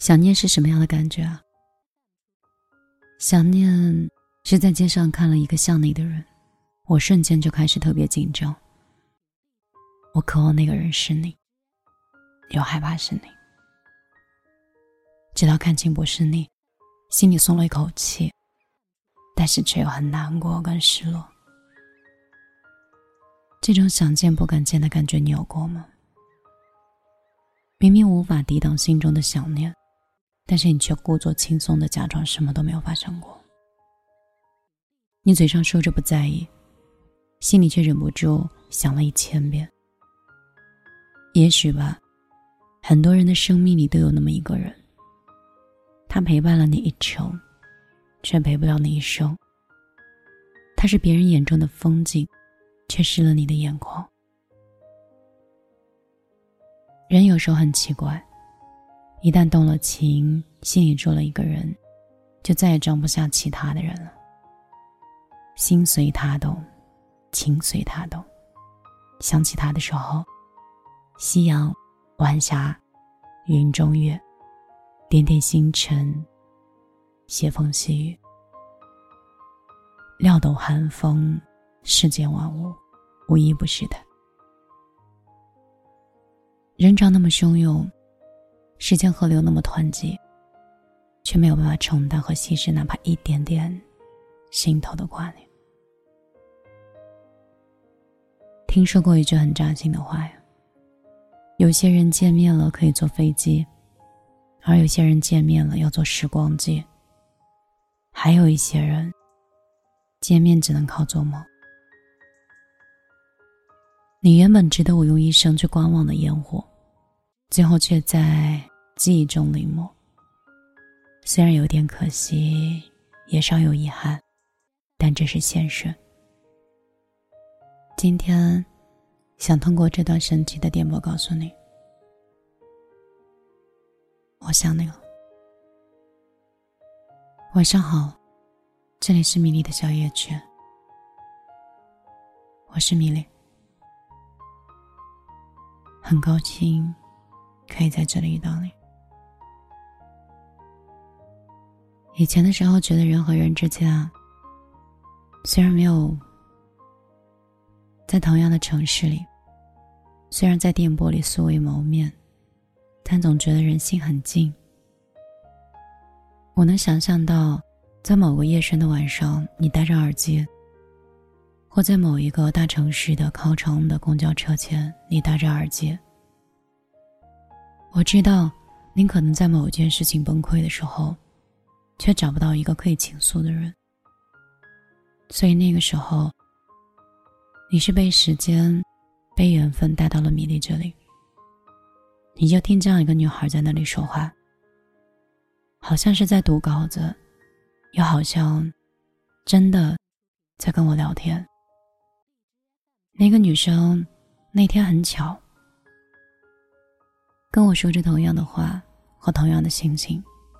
想念是什么样的感觉啊？想念是在街上看了一个像你的人，我瞬间就开始特别紧张。我渴望那个人是你，又害怕是你。直到看清不是你，心里松了一口气，但是却又很难过跟失落。这种想见不敢见的感觉你有过吗？明明无法抵挡心中的想念，但是你却故作轻松地假装什么都没有发生过。你嘴上说着不在意，心里却忍不住想了1000遍。也许吧，很多人的生命里都有那么一个人，他陪伴了你一程，却陪不了你一生。他是别人眼中的风景，却湿了你的眼眶。人有时候很奇怪，一旦动了情，心里住了一个人，就再也装不下其他的人了。心随他动，情随他动，想起他的时候，夕阳、晚霞、云中月，点点星辰，斜风细雨，料斗寒风，世间万物无一不是的。人潮那么汹涌，时间河流那么湍急，却没有办法承担和稀释哪怕一点点心头的挂念。听说过一句很扎心的话呀，有些人见面了可以坐飞机，而有些人见面了要坐时光机，还有一些人见面只能靠做梦。你原本值得我用一生去观望的烟火，最后却在记忆中临摹。虽然有点可惜，也稍有遗憾，但这是现实。今天想通过这段神奇的电波告诉你，我想你了。晚上好，这里是米粒的小夜曲，我是米粒，很高兴可以在这里遇到你。以前的时候觉得人和人之间啊，虽然没有在同样的城市里，虽然在电波里素未谋面，但总觉得人心很近。我能想象到在某个夜深的晚上，你戴着耳机，或在某一个大城市的靠窗的公交车前，你戴着耳机。我知道你可能在某一件事情崩溃的时候，却找不到一个可以倾诉的人，所以那个时候你是被时间被缘分带到了米粒这里。你就听这样一个女孩在那里说话，好像是在读稿子，又好像真的在跟我聊天。那个女生那天很巧跟我说着同样的话和同样的心情。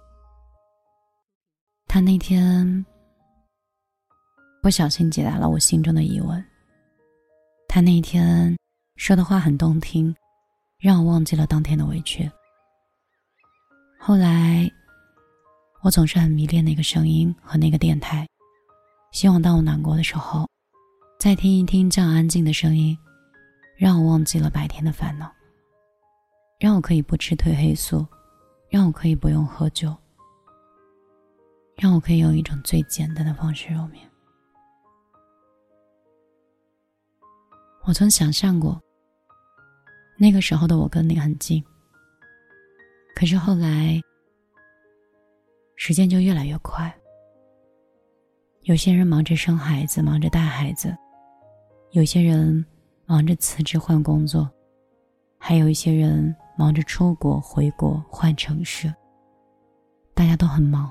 她那天不小心解答了我心中的疑问，她那天说的话很动听，让我忘记了当天的委屈。后来我总是很迷恋那个声音和那个电台，希望当我难过的时候再听一听这样安静的声音，让我忘记了白天的烦恼，让我可以不吃褪黑素，让我可以不用喝酒，让我可以用一种最简单的方式入眠。我曾想象过那个时候的我跟你很近，可是后来时间就越来越快，有些人忙着生孩子，忙着带孩子，有些人忙着辞职换工作，还有一些人忙着出国回国换城市，大家都很忙。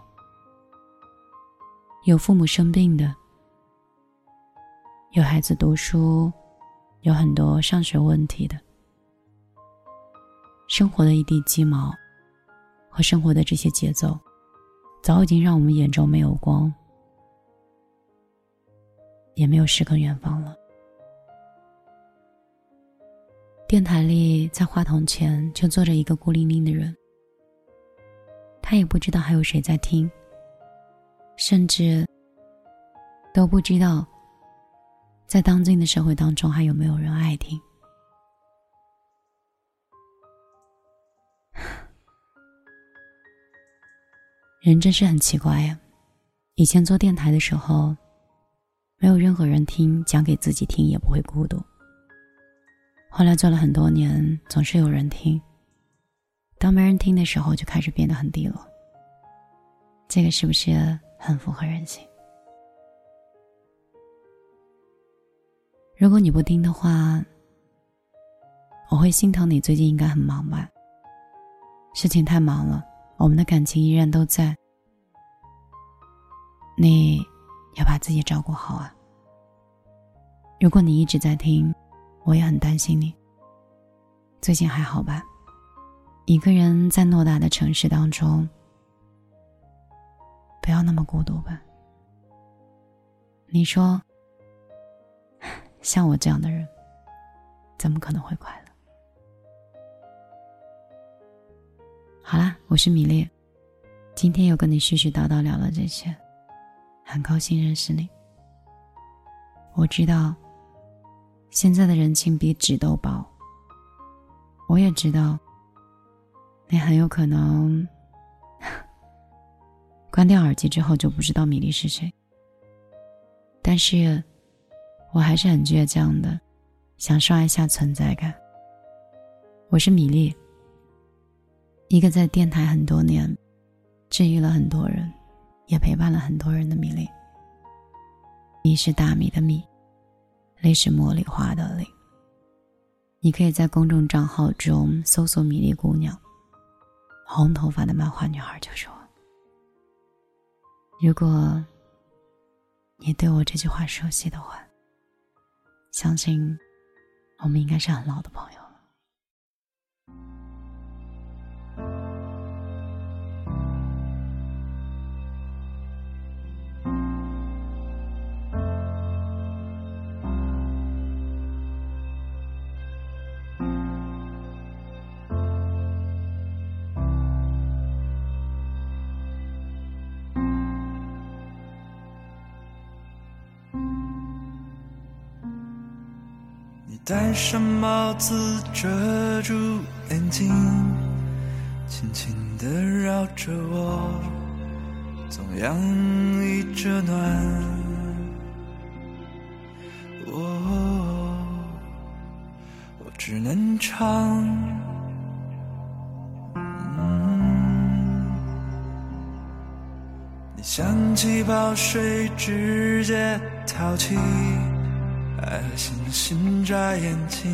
有父母生病的，有孩子读书，有很多上学问题的。生活的一地鸡毛和生活的这些节奏，早已经让我们眼中没有光，也没有诗跟远方了。电台里在话筒前就坐着一个孤零零的人， 他也不知道还有谁在听，甚至都不知道在当今的社会当中还有没有人爱听。人真是很奇怪呀，以前做电台的时候，没有任何人听，讲给自己听也不会孤独。后来做了很多年，总是有人听，当没人听的时候就开始变得很低落。这个是不是很符合人性？如果你不听的话，我会心疼你，最近应该很忙吧？事情太忙了，我们的感情依然都在，你要把自己照顾好啊。如果你一直在听，我也很担心你。最近还好吧？一个人在偌大的城市当中，不要那么孤独吧。你说，像我这样的人，怎么可能会快乐？好啦，我是米粒，今天又跟你絮絮叨叨聊了这些，很高兴认识你。我知道现在的人情比纸都薄，我也知道你很有可能关掉耳机之后就不知道米粒是谁，但是我还是很倔强的想刷一下存在感。我是米粒，一个在电台很多年，治愈了很多人，也陪伴了很多人的米粒。米是大米的米，粒是茉莉花的粒。你可以在公众账号中搜索米粒姑娘，红头发的漫画女孩就是我。如果你对我这句话熟悉的话，相信我们应该是很老的朋友了。 戴上帽子遮住眼睛，轻轻地绕着我，总洋溢着暖。我只能唱，你像气泡水直接淘气，爱和星星眨眼睛，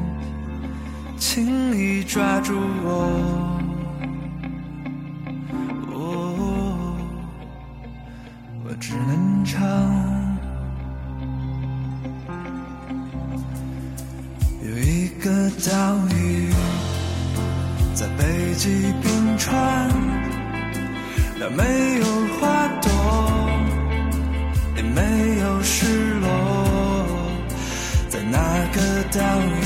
轻易抓住我。我只能唱。有一个岛屿在北极冰川，那没有花朵，也没有失落。在那个岛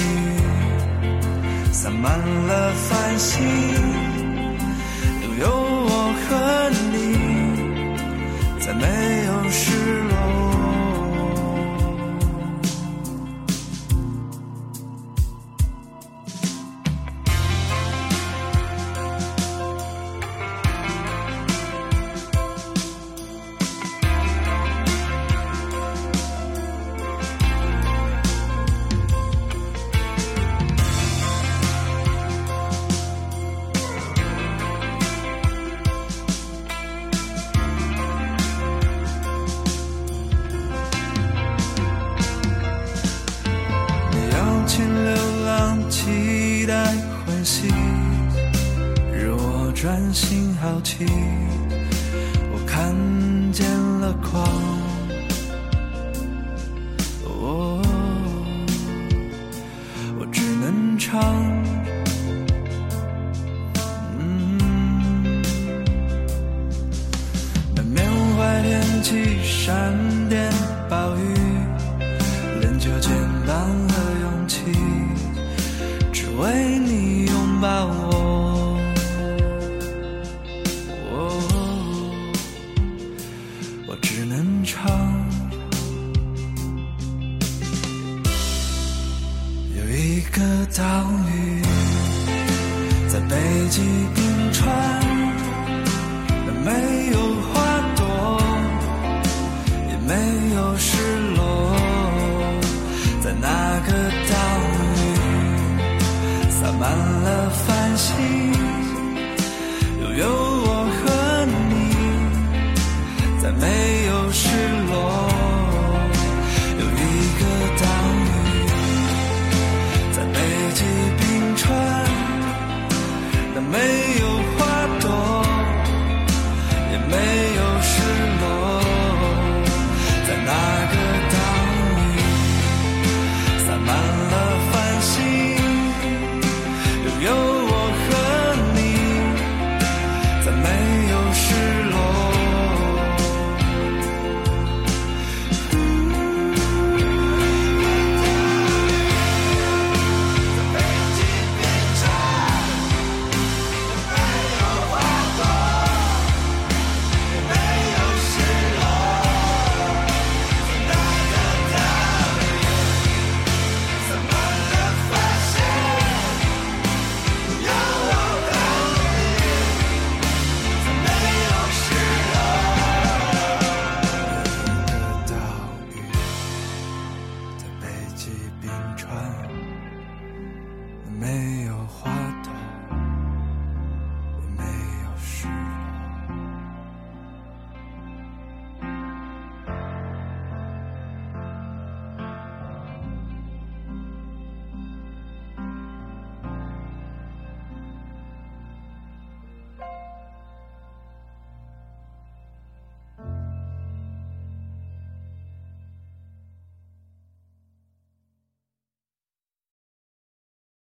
屿洒满了繁星，拥有我和你，再没有失落。期待欢喜，日我专心好奇，我看见了光。我只能唱。难缅怀天气，闪电暴雨，练就肩膀和勇气，为你拥抱我。 在北极冰川，没有花朵，也没有失落，在那个岛屿洒满了繁星，悠悠